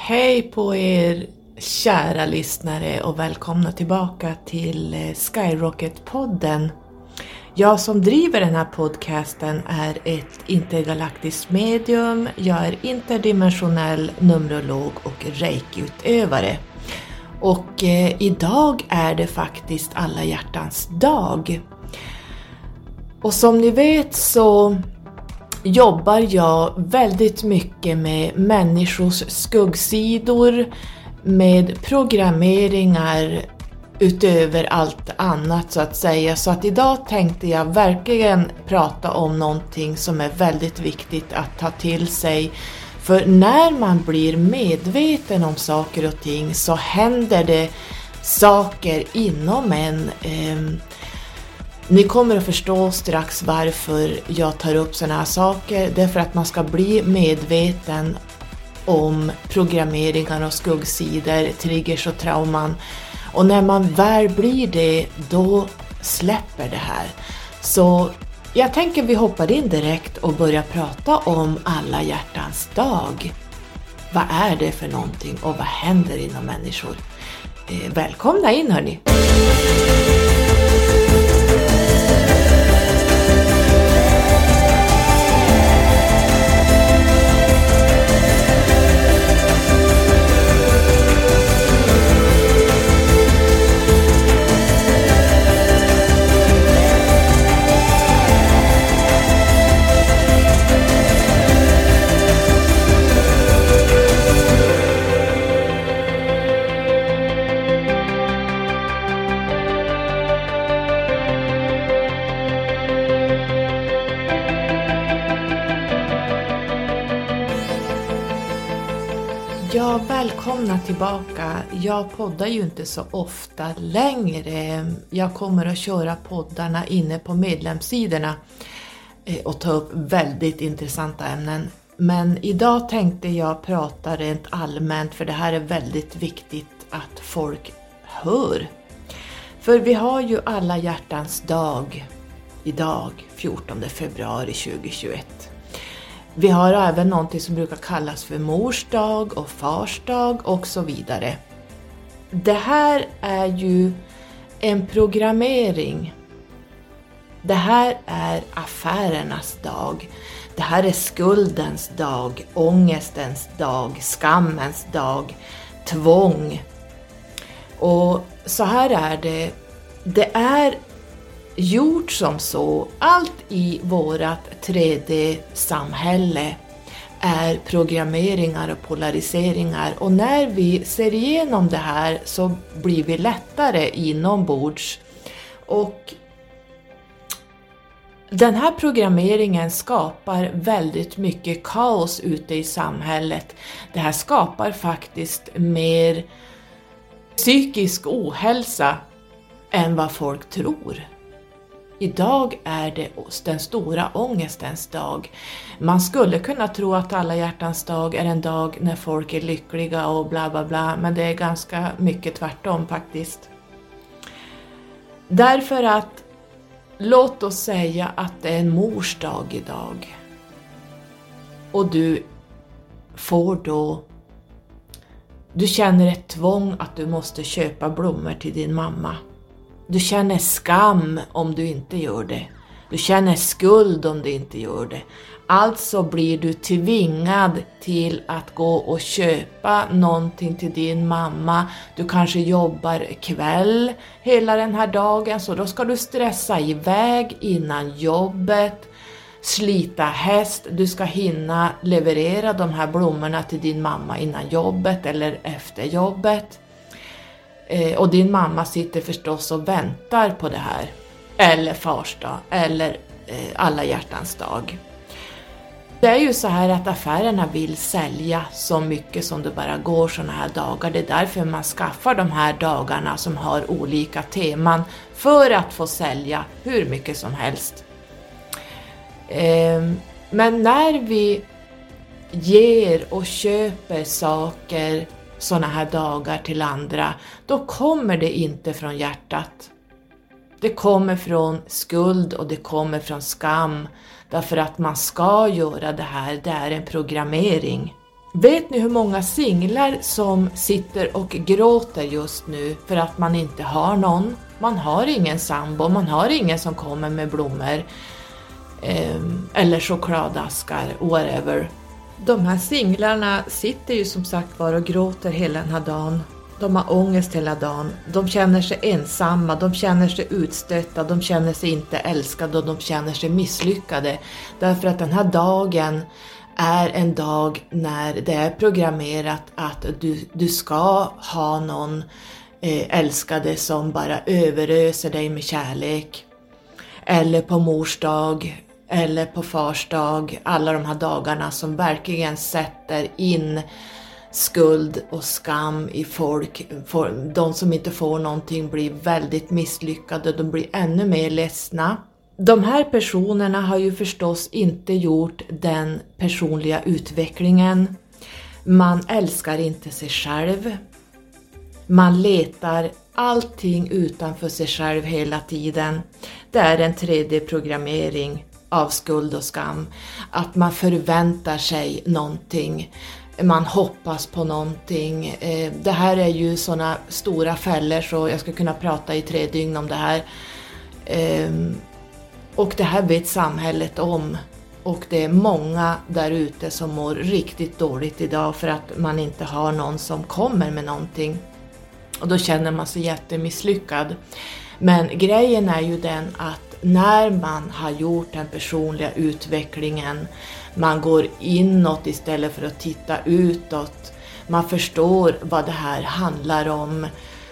Hej på er kära lyssnare och välkomna tillbaka till Skyrocket-podden. Jag som driver den här podcasten är ett intergalaktiskt medium. Jag är interdimensionell numerolog och reiki-utövare. Och idag är det faktiskt alla hjärtans dag. Och som ni vet så jobbar jag väldigt mycket med människors skuggsidor, med programmeringar utöver allt annat så att säga. Så att idag tänkte jag verkligen prata om någonting som är väldigt viktigt att ta till sig. För när man blir medveten om saker och ting så händer det saker inom en. Ni kommer att förstå strax varför jag tar upp sådana här saker. Det är för att man ska bli medveten om programmeringar och skuggsidor, triggers och trauman. Och när man väl blir det, då släpper det här. Så jag tänker vi hoppar in direkt och börjar prata om alla hjärtans dag. Vad är det för någonting och vad händer inom människor? Välkomna in hörni! Ja, välkomna tillbaka. Jag poddar ju inte så ofta längre. Jag kommer att köra poddarna inne på medlemssidorna och ta upp väldigt intressanta ämnen. Men idag tänkte jag prata rent allmänt för det här är väldigt viktigt att folk hör. För vi har ju alla hjärtans dag idag, 14 februari 2021. Vi har även något som brukar kallas för mors dag och fars dag och så vidare. Det här är ju en programmering. Det här är affärernas dag. Det här är skuldens dag, ångestens dag, skammens dag, tvång. Och så här är det. Det är gjort som så, allt i vårat 3D-samhälle är programmeringar och polariseringar och när vi ser igenom det här så blir vi lättare inombords och den här programmeringen skapar väldigt mycket kaos ute i samhället. Det här skapar faktiskt mer psykisk ohälsa än vad folk tror. Idag är det den stora ångestens dag. Man skulle kunna tro att alla hjärtans dag är en dag när folk är lyckliga och bla bla bla. Men det är ganska mycket tvärtom faktiskt. Därför att, låt oss säga att det är en mors dag idag. Och du känner ett tvång att du måste köpa blommor till din mamma. Du känner skam om du inte gör det. Du känner skuld om du inte gör det. Alltså blir du tvingad till att gå och köpa någonting till din mamma. Du kanske jobbar kväll hela den här dagen så då ska du stressa iväg innan jobbet. Slita häst. Du ska hinna leverera de här blommorna till din mamma innan jobbet eller efter jobbet. Och din mamma sitter förstås och väntar på det här. Eller farsdag. Eller alla hjärtans dag. Det är ju så här att affärerna vill sälja så mycket som det bara går såna här dagar. Det är därför man skaffar de här dagarna som har olika teman. För att få sälja hur mycket som helst. Men när vi ger och köper saker såna här dagar till andra, då kommer det inte från hjärtat. Det kommer från skuld och det kommer från skam. Därför att man ska göra det här, det är en programmering. Vet ni hur många singlar som sitter och gråter just nu för att man inte har någon? Man har ingen sambo, man har ingen som kommer med blommor eller chokladaskar, whatever. De här singlarna sitter ju som sagt var och gråter hela den här dagen. De har ångest hela dagen. De känner sig ensamma, de känner sig utstötta, de känner sig inte älskade och de känner sig misslyckade. Därför att den här dagen är en dag när det är programmerat att du ska ha någon älskade som bara överöser dig med kärlek. Eller på mors dag, eller på fars dag. Alla de här dagarna som verkligen sätter in skuld och skam i folk. De som inte får någonting blir väldigt misslyckade, de blir ännu mer ledsna. De här personerna har ju förstås inte gjort den personliga utvecklingen. Man älskar inte sig själv. Man letar allting utanför sig själv hela tiden. Det är en 3D-programmering av skuld och skam. Att man förväntar sig någonting. Man hoppas på någonting. Det här är ju såna stora fällor så jag ska kunna prata i 3 dygn om det här. Och det här vet samhället om. Och det är många där ute som mår riktigt dåligt idag för att man inte har någon som kommer med någonting. Och då känner man sig jättemisslyckad. Men grejen är ju den att när man har gjort den personliga utvecklingen, man går inåt istället för att titta utåt. Man förstår vad det här handlar om.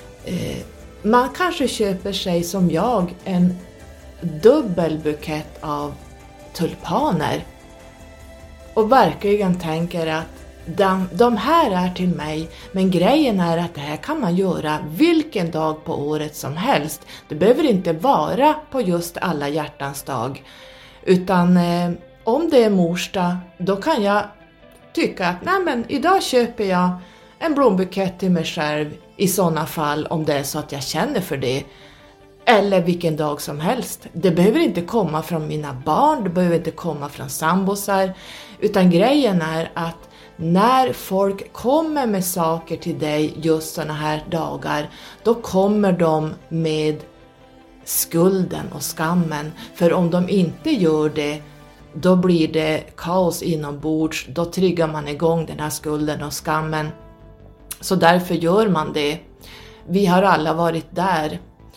Man kanske köper sig som jag en dubbel bukett av tulpaner. Och verkligen tänker att de här är till mig, men grejen är att det här kan man göra vilken dag på året som helst. Det behöver inte vara på just alla hjärtans dag. Utan om det är mors dag, då kan jag tycka att nej men idag köper jag en blombukett till mig själv i sådana fall om det är så att jag känner för det. Eller vilken dag som helst. Det behöver inte komma från mina barn, det behöver inte komma från sambosar. Utan grejen är att när folk kommer med saker till dig just såna här dagar, då kommer de med skulden och skammen. För om de inte gör det, då blir det kaos inombords. Då triggar man igång den här skulden och skammen. Så därför gör man det. Vi har alla varit där.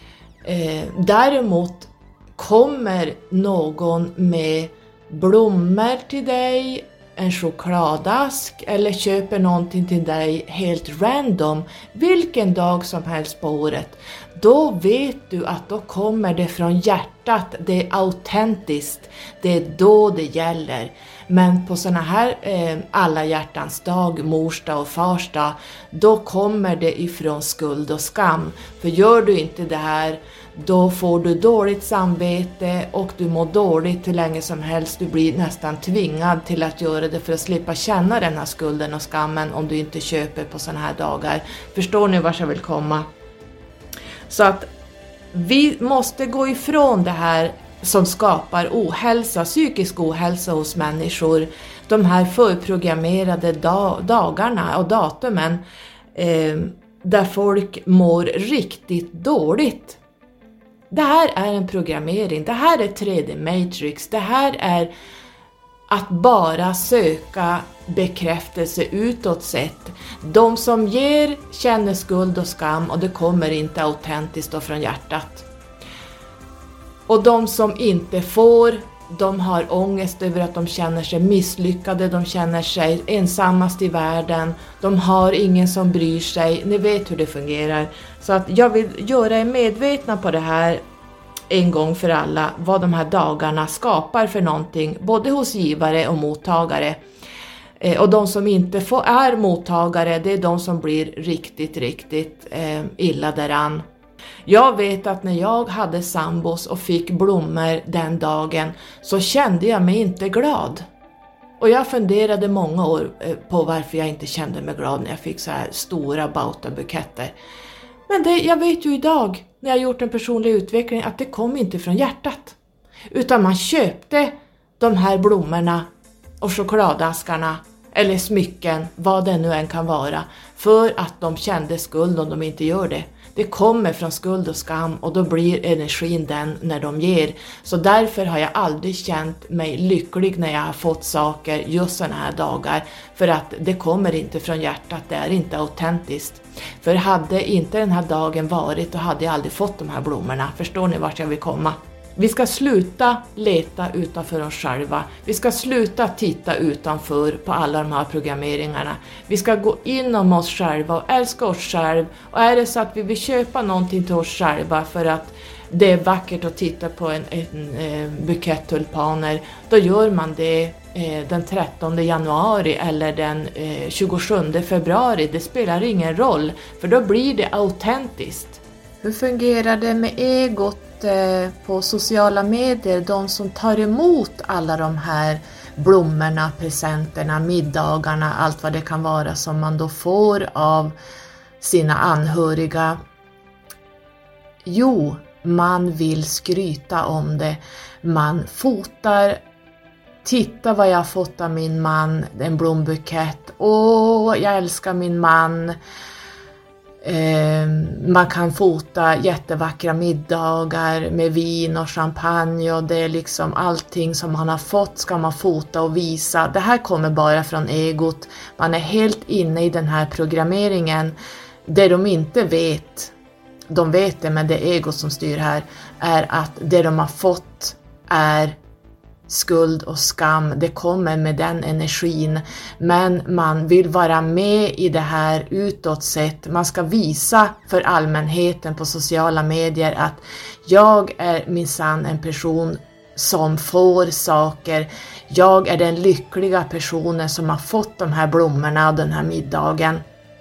Däremot kommer någon med blommor till dig, en chokladask eller köper någonting till dig helt random vilken dag som helst på året, då vet du att då kommer det från hjärtat, det är autentiskt, det är då det gäller. Men på såna här alla hjärtans dag, morsdag och farsdag, då kommer det ifrån skuld och skam. För gör du inte det här, då får du dåligt samvete och du mår dåligt hur länge som helst. Du blir nästan tvingad till att göra det för att slippa känna den här skulden och skammen om du inte köper på såna här dagar. Förstår ni var jag vill komma? Så att vi måste gå ifrån det här som skapar ohälsa, psykisk ohälsa hos människor. De här förprogrammerade dagarna och datumen där folk mår riktigt dåligt. Det här är en programmering, det här är 3D Matrix, det här är att bara söka bekräftelse utåt sett. De som ger känner skuld och skam och det kommer inte autentiskt och från hjärtat. Och de som inte får, de har ångest över att de känner sig misslyckade, de känner sig ensammast i världen, de har ingen som bryr sig, ni vet hur det fungerar. Så att jag vill göra er medvetna på det här en gång för alla, vad de här dagarna skapar för någonting, både hos givare och mottagare. Och de som inte är mottagare, det är de som blir riktigt illa däran. Jag vet att när jag hade sambos och fick blommor den dagen så kände jag mig inte glad. Och jag funderade många år på varför jag inte kände mig glad när jag fick så här stora bautabuketter. Men jag vet ju idag när jag gjort en personlig utveckling att det kom inte från hjärtat. Utan man köpte de här blommorna och chokladaskarna eller smycken, vad det nu än kan vara, för att de kände skuld om de inte gör det. Det kommer från skuld och skam och då blir energin den när de ger. Så därför har jag aldrig känt mig lycklig när jag har fått saker just såna här dagar. För att det kommer inte från hjärtat, det är inte autentiskt. För hade inte den här dagen varit, då hade jag aldrig fått de här blommorna. Förstår ni vart jag vill komma? Vi ska sluta leta utanför oss själva. Vi ska sluta titta utanför på alla de här programmeringarna. Vi ska gå inom oss själva och älska oss själva. Och är det så att vi vill köpa någonting till oss själva för att det är vackert att titta på en bukett tulpaner, då gör man det den 13 januari eller den 27 februari. Det spelar ingen roll, för då blir det autentiskt. Hur fungerar det med egot på sociala medier, de som tar emot alla de här blommorna, presenterna, middagarna, allt vad det kan vara som man då får av sina anhöriga? Jo, man vill skryta om det. Man fotar, titta vad jag har fått av min man, en blombukett. Åh, jag älskar min man. Man kan fota jättevackra middagar med vin och champagne, och det är liksom allting som man har fått ska man fota och visa. Det här kommer bara från egot. Man är helt inne i den här programmeringen. Det de inte vet, de vet det, men det är egot som styr här, är att det de har fått är skuld och skam. Det kommer med den energin, men man vill vara med i det här utåt sett. Man ska visa för allmänheten på sociala medier att jag är minsann en person som får saker. Jag är den lyckliga personen som har fått de här blommorna och den här middagen.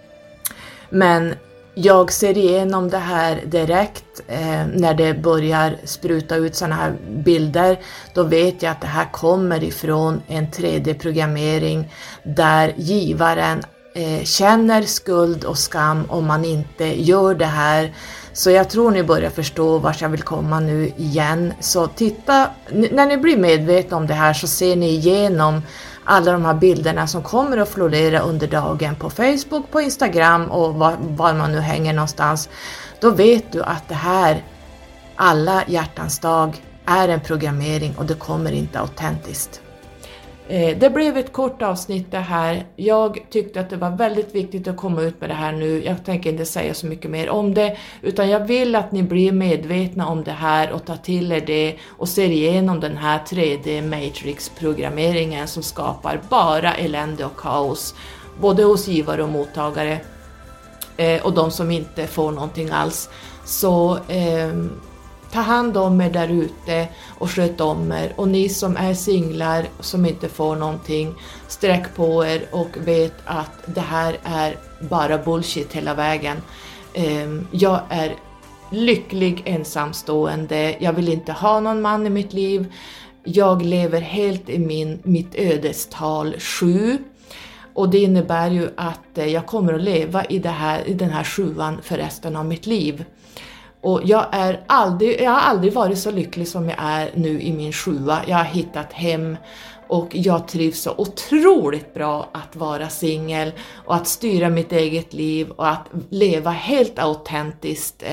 Men jag ser igenom det här direkt när det börjar spruta ut såna här bilder. Då vet jag att det här kommer ifrån en 3D-programmering där givaren känner skuld och skam om man inte gör det här. Så jag tror ni börjar förstå vart jag vill komma nu igen. Så titta, när ni blir medvetna om det här så ser ni igenom alla de här bilderna som kommer att florera under dagen på Facebook, på Instagram och var man nu hänger någonstans. Då vet du att det här, alla hjärtans dag, är en programmering och det kommer inte autentiskt. Det blev ett kort avsnitt det här. Jag tyckte att det var väldigt viktigt att komma ut med det här nu. Jag tänker inte säga så mycket mer om det, utan jag vill att ni blir medvetna om det här och tar till er det och ser igenom den här 3D Matrix-programmeringen som skapar bara elände och kaos, både hos givare och mottagare och de som inte får någonting alls. Så ta hand om er där ute och sköt om er. Och ni som är singlar som inte får någonting, sträck på er och vet att det här är bara bullshit hela vägen. Jag är lycklig ensamstående. Jag vill inte ha någon man i mitt liv. Jag lever helt i mitt ödestal 7. Och det innebär ju att jag kommer att leva i den här 7:an för resten av mitt liv. Och jag har aldrig varit så lycklig som jag är nu i min 7:a. Jag har hittat hem och jag trivs så otroligt bra att vara singel och att styra mitt eget liv och att leva helt autentiskt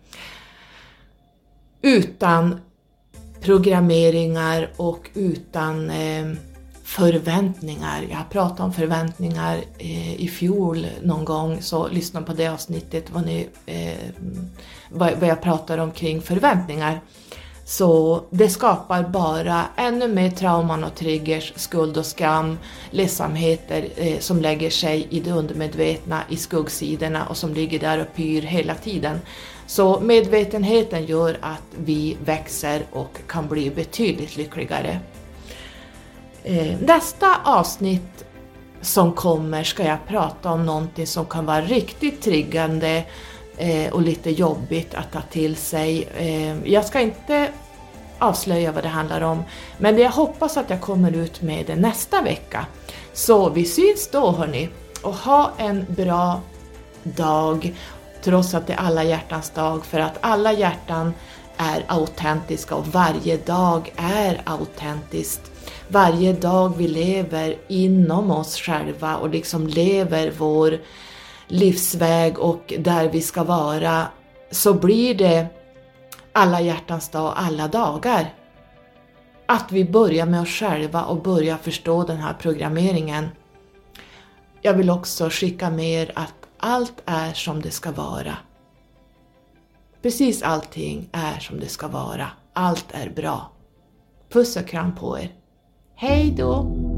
utan programmeringar och utan förväntningar. Jag har pratat om förväntningar i fjol någon gång, så lyssna på det avsnittet vad jag pratar om kring förväntningar. Så det skapar bara ännu mer trauman och triggers, skuld och skam, ledsamheter som lägger sig i det undermedvetna, i skuggsidorna och som ligger där och pyr hela tiden. Så medvetenheten gör att vi växer och kan bli betydligt lyckligare. Nästa avsnitt som kommer ska jag prata om någonting som kan vara riktigt triggande och lite jobbigt att ta till sig. Jag ska inte avslöja vad det handlar om, men jag hoppas att jag kommer ut med det nästa vecka. Så vi syns då hörni, och ha en bra dag trots att det är alla hjärtans dag, för att alla hjärtan är autentiska och varje dag är autentiskt. varje dag vi lever inom oss själva och liksom lever vår livsväg och där vi ska vara, så blir det alla hjärtans dag, alla dagar. Att vi börjar med oss själva och börjar förstå den här programmeringen. Jag vill också skicka med er att allt är som det ska vara. Precis allting är som det ska vara. Allt är bra. Puss och kram på er. Hej då!